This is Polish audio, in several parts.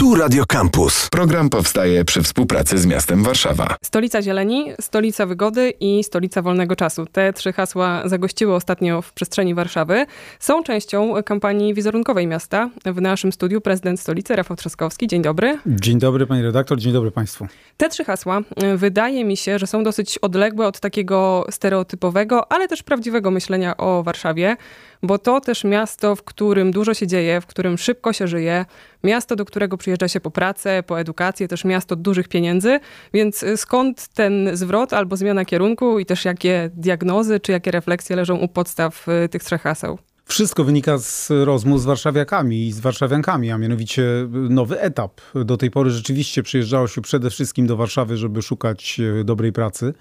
Tu Radio Campus. Program powstaje przy współpracy z miastem Warszawa. Stolica zieleni, stolica wygody i stolica wolnego czasu. Te trzy hasła zagościły ostatnio w przestrzeni Warszawy. Są częścią kampanii wizerunkowej miasta. W naszym studiu prezydent stolicy Rafał Trzaskowski. Dzień dobry. Dzień dobry pani redaktor, dzień dobry państwu. Te trzy hasła wydaje mi się, że są dosyć odległe od takiego stereotypowego, ale też prawdziwego myślenia o Warszawie, bo to też miasto, w którym dużo się dzieje, w którym szybko się żyje. Miasto, do którego przyjeżdża się po pracę, po edukację, też miasto dużych pieniędzy. Więc skąd ten zwrot albo zmiana kierunku i też jakie diagnozy czy jakie refleksje leżą u podstaw tych trzech haseł? Wszystko wynika z rozmów z warszawiakami i z warszawiankami, a mianowicie nowy etap. Do tej pory rzeczywiście przyjeżdżało się przede wszystkim do Warszawy, żeby szukać dobrej pracy,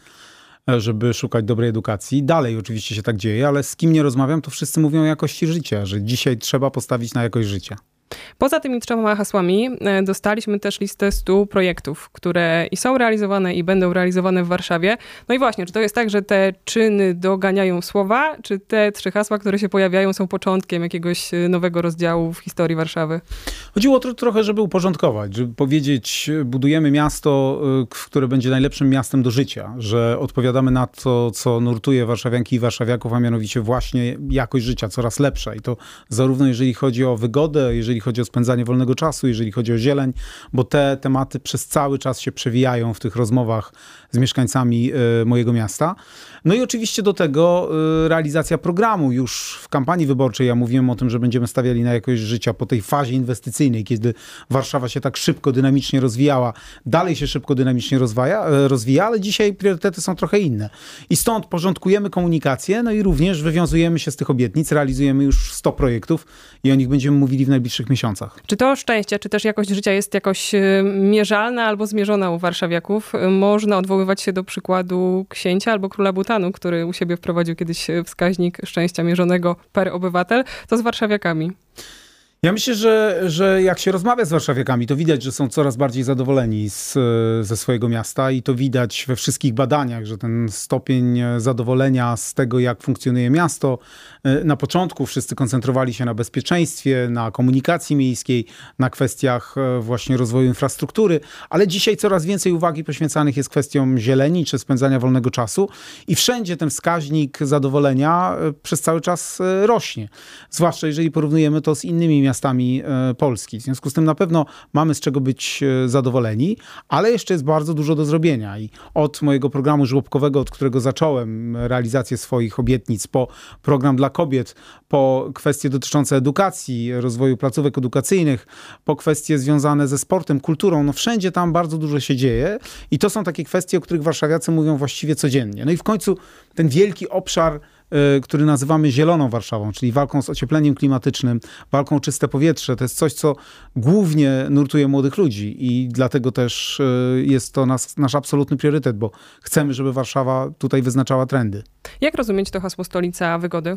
żeby szukać dobrej edukacji. Dalej oczywiście się tak dzieje, ale z kim nie rozmawiam, to wszyscy mówią o jakości życia, że dzisiaj trzeba postawić na jakość życia. Poza tymi trzema hasłami dostaliśmy też listę 100 projektów, które i są realizowane i będą realizowane w Warszawie. No i właśnie, czy to jest tak, że te czyny doganiają słowa, czy te trzy hasła, które się pojawiają, są początkiem jakiegoś nowego rozdziału w historii Warszawy? Chodziło trochę, żeby uporządkować, żeby powiedzieć, budujemy miasto, które będzie najlepszym miastem do życia, że odpowiadamy na to, co nurtuje warszawianki i warszawiaków, a mianowicie właśnie jakość życia coraz lepsza. I to zarówno jeżeli chodzi o wygodę, jeżeli chodzi o spędzanie wolnego czasu, jeżeli chodzi o zieleń, bo te tematy przez cały czas się przewijają w tych rozmowach z mieszkańcami mojego miasta. No i oczywiście do tego realizacja programu. Już w kampanii wyborczej ja mówiłem o tym, że będziemy stawiali na jakość życia po tej fazie inwestycyjnej, kiedy Warszawa się tak szybko, dynamicznie rozwijała. Dalej się szybko, dynamicznie rozwija, ale dzisiaj priorytety są trochę inne. I stąd porządkujemy komunikację, no i również wywiązujemy się z tych obietnic, realizujemy już 100 projektów i o nich będziemy mówili w najbliższych miesiącach. Czy to szczęście, czy też jakość życia jest jakoś mierzalna albo zmierzona u warszawiaków? Można odwoływać się do przykładu księcia albo króla Butanu, który u siebie wprowadził kiedyś wskaźnik szczęścia mierzonego per obywatel. To z warszawiakami. Ja myślę, że jak się rozmawia z warszawiakami, to widać, że są coraz bardziej zadowoleni ze swojego miasta i to widać we wszystkich badaniach, że ten stopień zadowolenia z tego, jak funkcjonuje miasto. Na początku wszyscy koncentrowali się na bezpieczeństwie, na komunikacji miejskiej, na kwestiach właśnie rozwoju infrastruktury, ale dzisiaj coraz więcej uwagi poświęcanych jest kwestiom zieleni czy spędzania wolnego czasu i wszędzie ten wskaźnik zadowolenia przez cały czas rośnie. Zwłaszcza jeżeli porównujemy to z innymi miastami Polski. W związku z tym na pewno mamy z czego być zadowoleni, ale jeszcze jest bardzo dużo do zrobienia i od mojego programu żłobkowego, od którego zacząłem realizację swoich obietnic, po program dla kobiet, po kwestie dotyczące edukacji, rozwoju placówek edukacyjnych, po kwestie związane ze sportem, kulturą, no wszędzie tam bardzo dużo się dzieje i to są takie kwestie, o których warszawiacy mówią właściwie codziennie. No i w końcu ten wielki obszar, który nazywamy Zieloną Warszawą, czyli walką z ociepleniem klimatycznym, walką o czyste powietrze. To jest coś, co głównie nurtuje młodych ludzi i dlatego też jest to nasz absolutny priorytet, bo chcemy, żeby Warszawa tutaj wyznaczała trendy. Jak rozumieć to hasło stolica wygody?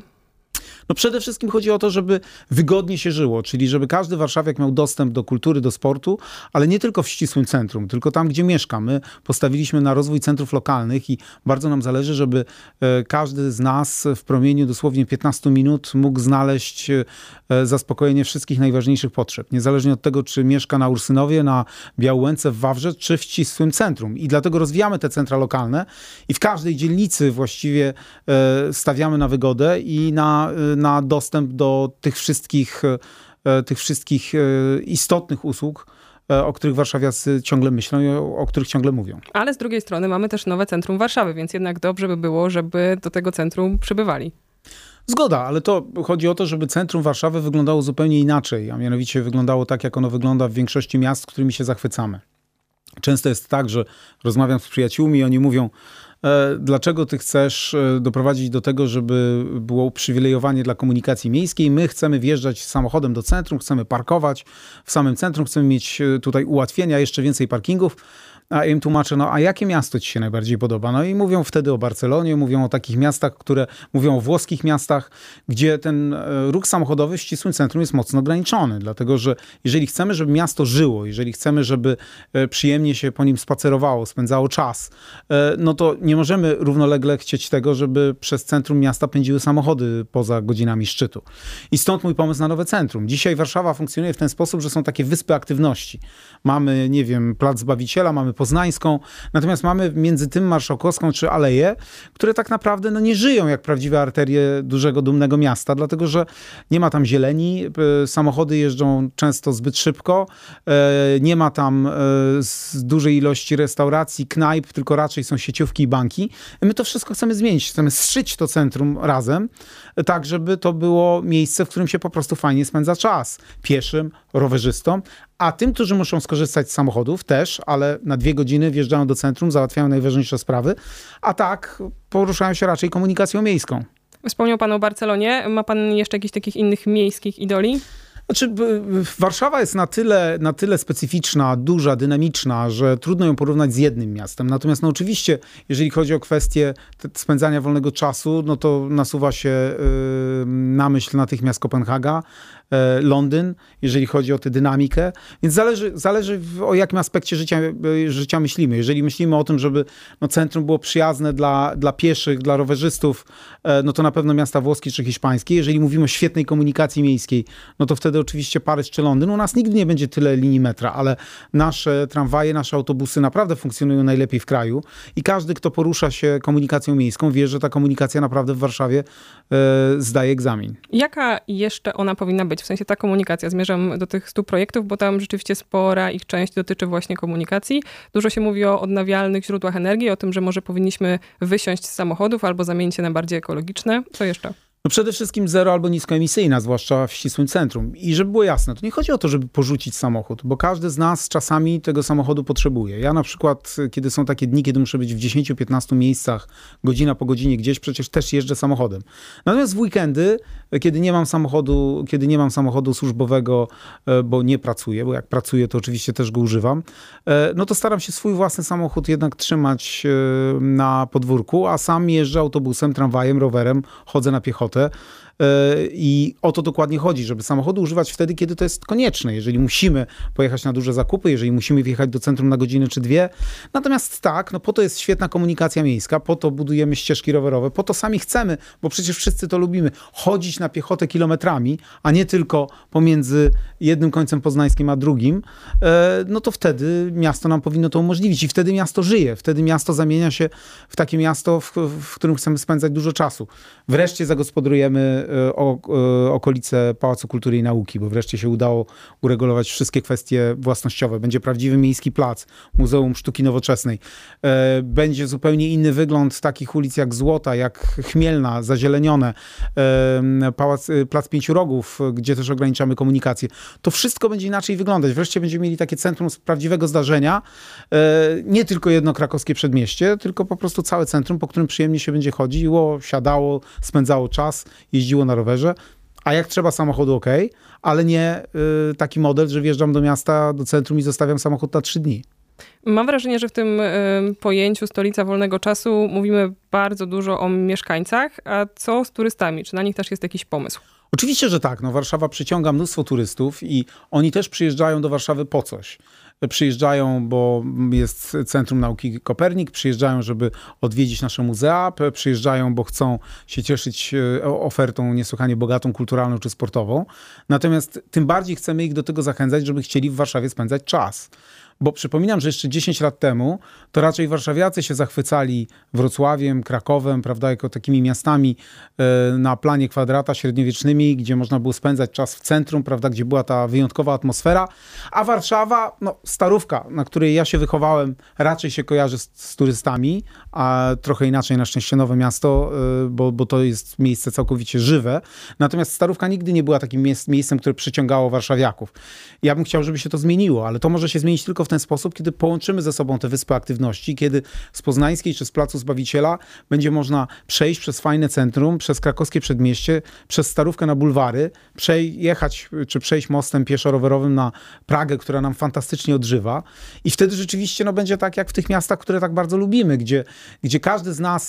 No przede wszystkim chodzi o to, żeby wygodnie się żyło, czyli żeby każdy warszawiak miał dostęp do kultury, do sportu, ale nie tylko w ścisłym centrum, tylko tam, gdzie mieszka. My postawiliśmy na rozwój centrów lokalnych i bardzo nam zależy, żeby każdy z nas w promieniu dosłownie 15 minut mógł znaleźć zaspokojenie wszystkich najważniejszych potrzeb. Niezależnie od tego, czy mieszka na Ursynowie, na Białęce, w Wawrze, czy w ścisłym centrum. I dlatego rozwijamy te centra lokalne i w każdej dzielnicy właściwie stawiamy na wygodę i na dostęp do tych wszystkich istotnych usług, o których warszawiacy ciągle myślą i o których ciągle mówią. Ale z drugiej strony mamy też nowe centrum Warszawy, więc jednak dobrze by było, żeby do tego centrum przybywali. Zgoda, ale to chodzi o to, żeby centrum Warszawy wyglądało zupełnie inaczej, a mianowicie wyglądało tak, jak ono wygląda w większości miast, którymi się zachwycamy. Często jest tak, że rozmawiam z przyjaciółmi i oni mówią, dlaczego ty chcesz doprowadzić do tego, żeby było uprzywilejowanie dla komunikacji miejskiej. My chcemy wjeżdżać samochodem do centrum, chcemy parkować w samym centrum, chcemy mieć tutaj ułatwienia, jeszcze więcej parkingów. A im tłumaczę, no a jakie miasto ci się najbardziej podoba? No i mówią wtedy o Barcelonie, mówią o takich miastach, mówią o włoskich miastach, gdzie ten ruch samochodowy w ścisłym centrum jest mocno ograniczony. Dlatego, że jeżeli chcemy, żeby miasto żyło, jeżeli chcemy, żeby przyjemnie się po nim spacerowało, spędzało czas, no to nie nie możemy równolegle chcieć tego, żeby przez centrum miasta pędziły samochody poza godzinami szczytu. I stąd mój pomysł na nowe centrum. Dzisiaj Warszawa funkcjonuje w ten sposób, że są takie wyspy aktywności. Mamy, nie wiem, Plac Zbawiciela, mamy Poznańską, natomiast mamy między tym Marszałkowską czy Aleje, które tak naprawdę nie żyją jak prawdziwe arterie dużego, dumnego miasta, dlatego że nie ma tam zieleni, samochody jeżdżą często zbyt szybko, nie ma tam dużej ilości restauracji, knajp, tylko raczej są sieciówki i banki. My to wszystko chcemy zmienić. Chcemy zszyć to centrum razem, tak żeby to było miejsce, w którym się po prostu fajnie spędza czas. Pieszym, rowerzystom, a tym, którzy muszą skorzystać z samochodów też, ale na 2 godziny wjeżdżają do centrum, załatwiają najważniejsze sprawy, a tak poruszają się raczej komunikacją miejską. Wspomniał pan o Barcelonie. Ma pan jeszcze jakichś takich innych miejskich idoli? Znaczy, Warszawa jest na tyle specyficzna, duża, dynamiczna, że trudno ją porównać z jednym miastem. Natomiast oczywiście, jeżeli chodzi o kwestię spędzania wolnego czasu, to nasuwa się na myśl natychmiast Kopenhaga, Londyn, jeżeli chodzi o tę dynamikę. Więc zależy o jakim aspekcie życia myślimy. Jeżeli myślimy o tym, żeby centrum było przyjazne dla pieszych, dla rowerzystów, to na pewno miasta włoskie czy hiszpańskie. Jeżeli mówimy o świetnej komunikacji miejskiej, to wtedy oczywiście Paryż czy Londyn. U nas nigdy nie będzie tyle linii metra, ale nasze tramwaje, nasze autobusy naprawdę funkcjonują najlepiej w kraju i każdy, kto porusza się komunikacją miejską, wie, że ta komunikacja naprawdę w Warszawie zdaje egzamin. Jaka jeszcze ona powinna być? W sensie ta komunikacja. Zmierzam do tych 100 projektów, bo tam rzeczywiście spora ich część dotyczy właśnie komunikacji. Dużo się mówi o odnawialnych źródłach energii, o tym, że może powinniśmy wysiąść z samochodów albo zamienić je na bardziej ekologiczne. Co jeszcze? Przede wszystkim zero albo niskoemisyjna, zwłaszcza w ścisłym centrum. I żeby było jasne, to nie chodzi o to, żeby porzucić samochód, bo każdy z nas czasami tego samochodu potrzebuje. Ja na przykład, kiedy są takie dni, kiedy muszę być w 10-15 miejscach, godzina po godzinie gdzieś, przecież też jeżdżę samochodem. Natomiast w weekendy, kiedy nie mam samochodu służbowego, bo nie pracuję, bo jak pracuję, to oczywiście też go używam, to staram się swój własny samochód jednak trzymać na podwórku, a sam jeżdżę autobusem, tramwajem, rowerem, chodzę na piechotę. I o to dokładnie chodzi, żeby samochodu używać wtedy, kiedy to jest konieczne, jeżeli musimy pojechać na duże zakupy, jeżeli musimy wjechać do centrum na godzinę czy 2. Natomiast tak, po to jest świetna komunikacja miejska, po to budujemy ścieżki rowerowe, po to sami chcemy, bo przecież wszyscy to lubimy, chodzić na piechotę kilometrami, a nie tylko pomiędzy jednym końcem poznańskim a drugim, to wtedy miasto nam powinno to umożliwić i wtedy miasto żyje, wtedy miasto zamienia się w takie miasto, w którym chcemy spędzać dużo czasu. Wreszcie zagospodarujemy okolice Pałacu Kultury i Nauki, bo wreszcie się udało uregulować wszystkie kwestie własnościowe. Będzie prawdziwy miejski plac, Muzeum Sztuki Nowoczesnej. Będzie zupełnie inny wygląd takich ulic jak Złota, jak Chmielna, zazielenione, Plac Pięciu Rogów, gdzie też ograniczamy komunikację. To wszystko będzie inaczej wyglądać. Wreszcie będziemy mieli takie centrum z prawdziwego zdarzenia, nie tylko jedno krakowskie przedmieście, tylko po prostu całe centrum, po którym przyjemnie się będzie chodziło, siadało, spędzało czas, jeździło na rowerze, a jak trzeba samochodu ale nie taki model, że wjeżdżam do miasta, do centrum i zostawiam samochód na 3 dni. Mam wrażenie, że w tym pojęciu stolica wolnego czasu mówimy bardzo dużo o mieszkańcach, a co z turystami? Czy na nich też jest jakiś pomysł? Oczywiście, że tak. Warszawa przyciąga mnóstwo turystów i oni też przyjeżdżają do Warszawy po coś. Przyjeżdżają, bo jest Centrum Nauki Kopernik, przyjeżdżają, żeby odwiedzić nasze muzea, przyjeżdżają, bo chcą się cieszyć ofertą niesłychanie bogatą, kulturalną czy sportową. Natomiast tym bardziej chcemy ich do tego zachęcać, żeby chcieli w Warszawie spędzać czas. Bo przypominam, że jeszcze 10 lat temu to raczej warszawiacy się zachwycali Wrocławiem, Krakowem, prawda, jako takimi miastami na planie kwadrata średniowiecznymi, gdzie można było spędzać czas w centrum, prawda, gdzie była ta wyjątkowa atmosfera. A Warszawa, Starówka, na której ja się wychowałem, raczej się kojarzy z turystami, a trochę inaczej na szczęście Nowe Miasto, bo to jest miejsce całkowicie żywe. Natomiast Starówka nigdy nie była takim miejscem, które przyciągało warszawiaków. Ja bym chciał, żeby się to zmieniło, ale to może się zmienić tylko w ten sposób, kiedy połączymy ze sobą te wyspy aktywności, kiedy z Poznańskiej czy z Placu Zbawiciela będzie można przejść przez fajne centrum, przez krakowskie przedmieście, przez Starówkę na bulwary, przejechać czy przejść mostem pieszo-rowerowym na Pragę, która nam fantastycznie odżywa. I wtedy rzeczywiście będzie tak jak w tych miastach, które tak bardzo lubimy, gdzie każdy z nas,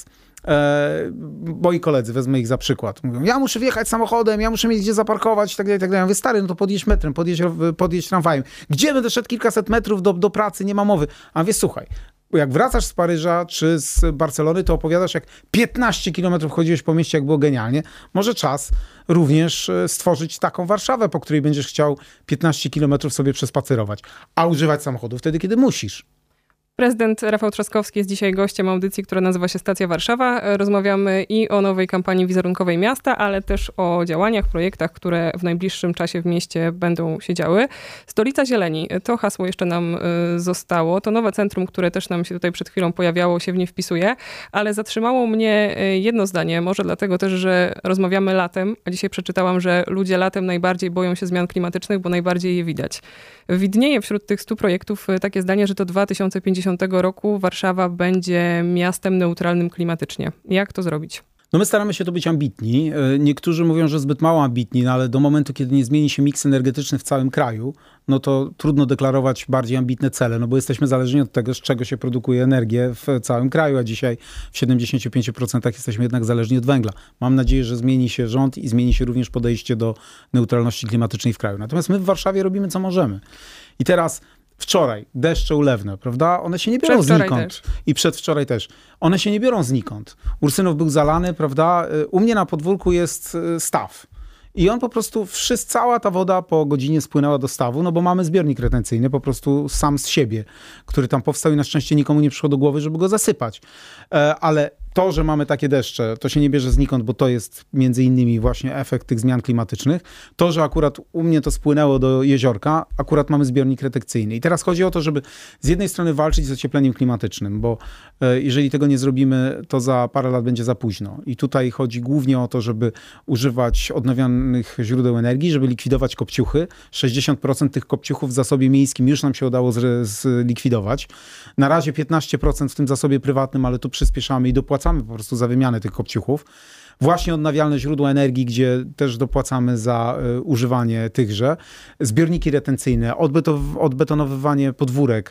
moi koledzy, wezmę ich za przykład, mówią, ja muszę wjechać samochodem, ja muszę mieć gdzie zaparkować i tak dalej, tak dalej. Ja mówię, stary, to podjedź metrem, podjedź tramwajem. Gdzie będę szedł kilkaset metrów do pracy, nie ma mowy. A mówię, słuchaj, jak wracasz z Paryża czy z Barcelony, to opowiadasz, jak 15 kilometrów chodziłeś po mieście, jak było genialnie. Może czas również stworzyć taką Warszawę, po której będziesz chciał 15 kilometrów sobie przespacerować, a używać samochodu wtedy, kiedy musisz. Prezydent Rafał Trzaskowski jest dzisiaj gościem audycji, która nazywa się Stacja Warszawa. Rozmawiamy i o nowej kampanii wizerunkowej miasta, ale też o działaniach, projektach, które w najbliższym czasie w mieście będą się działy. Stolica Zieleni, to hasło jeszcze nam zostało. To nowe centrum, które też nam się tutaj przed chwilą pojawiało, się w nie wpisuje, ale zatrzymało mnie jedno zdanie, może dlatego też, że rozmawiamy latem, a dzisiaj przeczytałam, że ludzie latem najbardziej boją się zmian klimatycznych, bo najbardziej je widać. Widnieje wśród tych 100 projektów takie zdanie, że do 2050 roku Warszawa będzie miastem neutralnym klimatycznie. Jak to zrobić? No my staramy się to być ambitni. Niektórzy mówią, że zbyt mało ambitni, no ale do momentu, kiedy nie zmieni się miks energetyczny w całym kraju, no to trudno deklarować bardziej ambitne cele, no bo jesteśmy zależni od tego, z czego się produkuje energię w całym kraju, a dzisiaj w 75% jesteśmy jednak zależni od węgla. Mam nadzieję, że zmieni się rząd i zmieni się również podejście do neutralności klimatycznej w kraju. Natomiast my w Warszawie robimy, co możemy. I teraz wczoraj deszcze ulewne, prawda? One się nie biorą znikąd. Też. I przedwczoraj też. One się nie biorą znikąd. Ursynów był zalany, prawda? U mnie na podwórku jest staw. I on po prostu, cała ta woda po godzinie spłynęła do stawu, no bo mamy zbiornik retencyjny po prostu sam z siebie, który tam powstał i na szczęście nikomu nie przyszło do głowy, żeby go zasypać. Ale to, że mamy takie deszcze, to się nie bierze znikąd, bo to jest między innymi właśnie efekt tych zmian klimatycznych. To, że akurat u mnie to spłynęło do jeziorka, akurat mamy zbiornik retencyjny. I teraz chodzi o to, żeby z jednej strony walczyć z ociepleniem klimatycznym, bo jeżeli tego nie zrobimy, to za parę lat będzie za późno. I tutaj chodzi głównie o to, żeby używać odnawialnych źródeł energii, żeby likwidować kopciuchy. 60% tych kopciuchów w zasobie miejskim już nam się udało zlikwidować. Na razie 15% w tym zasobie prywatnym, ale tu przyspieszamy i dopłacamy po prostu za wymianę tych kopciuchów. Właśnie odnawialne źródła energii, gdzie też dopłacamy za używanie tychże. Zbiorniki retencyjne, odbetonowywanie podwórek,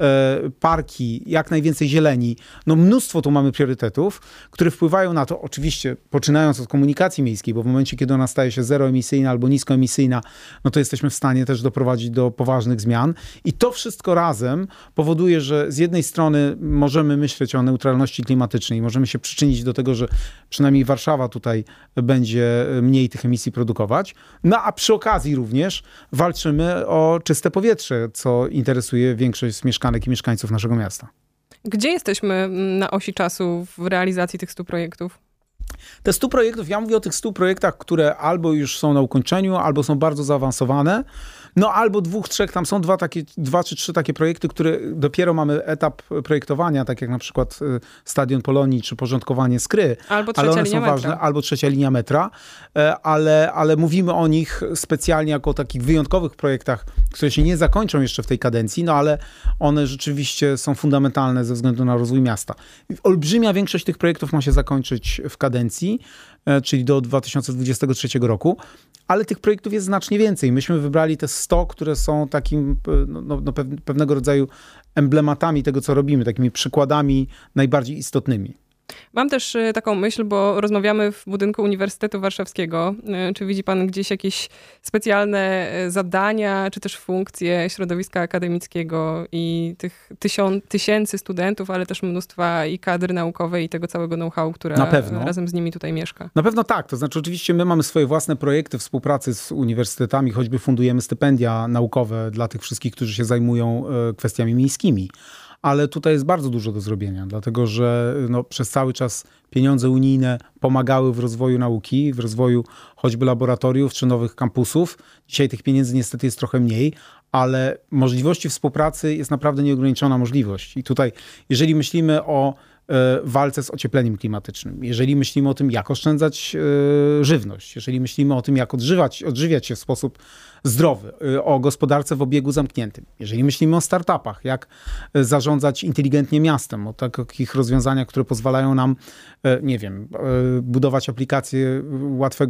parki, jak najwięcej zieleni. No mnóstwo tu mamy priorytetów, które wpływają na to, oczywiście poczynając od komunikacji miejskiej, bo w momencie, kiedy ona staje się zeroemisyjna albo niskoemisyjna, no to jesteśmy w stanie też doprowadzić do poważnych zmian. I to wszystko razem powoduje, że z jednej strony możemy myśleć o neutralności klimatycznej, możemy się przyczynić do tego, że przynajmniej Warszawa tutaj będzie mniej tych emisji produkować. No a przy okazji również walczymy o czyste powietrze, co interesuje większość mieszkanek i mieszkańców naszego miasta. Gdzie jesteśmy na osi czasu w realizacji tych 100 projektów? Te 100 projektów, ja mówię o tych 100 projektach, które albo już są na ukończeniu, albo są bardzo zaawansowane, no albo 2, 3, tam są 2 czy 3 takie projekty, które dopiero mamy etap projektowania, tak jak na przykład Stadion Polonii, czy porządkowanie Skry. Albo trzecia linia metra. Ważne, albo trzecia linia metra, ale mówimy o nich specjalnie jako o takich wyjątkowych projektach, które się nie zakończą jeszcze w tej kadencji, no ale one rzeczywiście są fundamentalne ze względu na rozwój miasta. Olbrzymia większość tych projektów ma się zakończyć w kadencji, czyli do 2023 roku, ale tych projektów jest znacznie więcej. Myśmy wybrali te 100, które są takim pewnego rodzaju emblematami tego, co robimy, takimi przykładami najbardziej istotnymi. Mam też taką myśl, bo rozmawiamy w budynku Uniwersytetu Warszawskiego. Czy widzi pan gdzieś jakieś specjalne zadania, czy też funkcje środowiska akademickiego i tych tysięcy studentów, ale też mnóstwa i kadry naukowej i tego całego know-how, która razem z nimi tutaj mieszka? Na pewno tak. To znaczy oczywiście my mamy swoje własne projekty współpracy z uniwersytetami, choćby fundujemy stypendia naukowe dla tych wszystkich, którzy się zajmują kwestiami miejskimi. Ale tutaj jest bardzo dużo do zrobienia, dlatego że przez cały czas pieniądze unijne pomagały w rozwoju nauki, w rozwoju choćby laboratoriów czy nowych kampusów. Dzisiaj tych pieniędzy niestety jest trochę mniej, ale możliwości współpracy jest naprawdę nieograniczona możliwość. I tutaj, jeżeli myślimy o walce z ociepleniem klimatycznym, jeżeli myślimy o tym, jak oszczędzać żywność, jeżeli myślimy o tym, jak odżywiać się w sposób zdrowy, o gospodarce w obiegu zamkniętym, jeżeli myślimy o startupach, jak zarządzać inteligentnie miastem, o takich rozwiązaniach, które pozwalają nam, budować aplikacje łatwego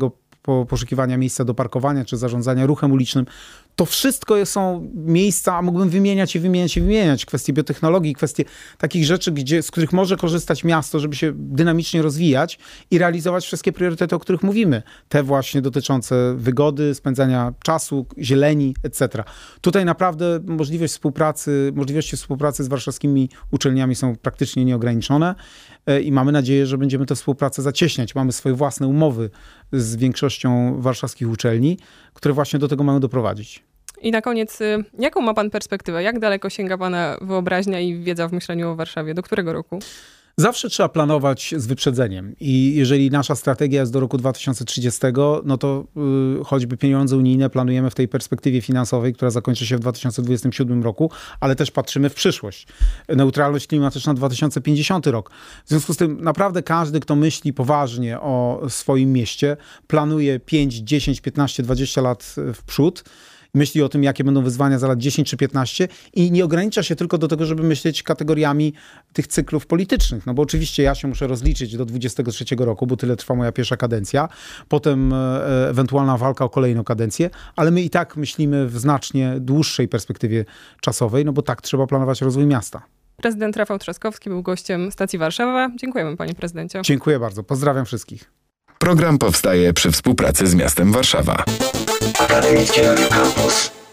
poszukiwania miejsca do parkowania, czy zarządzania ruchem ulicznym. To wszystko są miejsca, a mógłbym wymieniać kwestie biotechnologii, kwestie takich rzeczy, z których może korzystać miasto, żeby się dynamicznie rozwijać i realizować wszystkie priorytety, o których mówimy. Te właśnie dotyczące wygody, spędzania czasu, zieleni, etc. Tutaj naprawdę możliwości współpracy z warszawskimi uczelniami są praktycznie nieograniczone i mamy nadzieję, że będziemy tę współpracę zacieśniać. Mamy swoje własne umowy z większością warszawskich uczelni, które właśnie do tego mają doprowadzić. I na koniec, jaką ma pan perspektywę? Jak daleko sięga pana wyobraźnia i wiedza w myśleniu o Warszawie? Do którego roku? Zawsze trzeba planować z wyprzedzeniem i jeżeli nasza strategia jest do roku 2030, no to choćby pieniądze unijne planujemy w tej perspektywie finansowej, która zakończy się w 2027 roku, ale też patrzymy w przyszłość. Neutralność klimatyczna 2050 rok. W związku z tym naprawdę każdy, kto myśli poważnie o swoim mieście, planuje 5, 10, 15, 20 lat w przód, myśli o tym, jakie będą wyzwania za lat 10 czy 15 i nie ogranicza się tylko do tego, żeby myśleć kategoriami tych cyklów politycznych. No bo oczywiście ja się muszę rozliczyć do 23 roku, bo tyle trwa moja pierwsza kadencja, potem ewentualna walka o kolejną kadencję, ale my i tak myślimy w znacznie dłuższej perspektywie czasowej, no bo tak trzeba planować rozwój miasta. Prezydent Rafał Trzaskowski był gościem Stacji Warszawa. Dziękujemy, panie prezydencie. Dziękuję bardzo. Pozdrawiam wszystkich. Program powstaje przy współpracy z miastem Warszawa. Akademickie Radio Campus.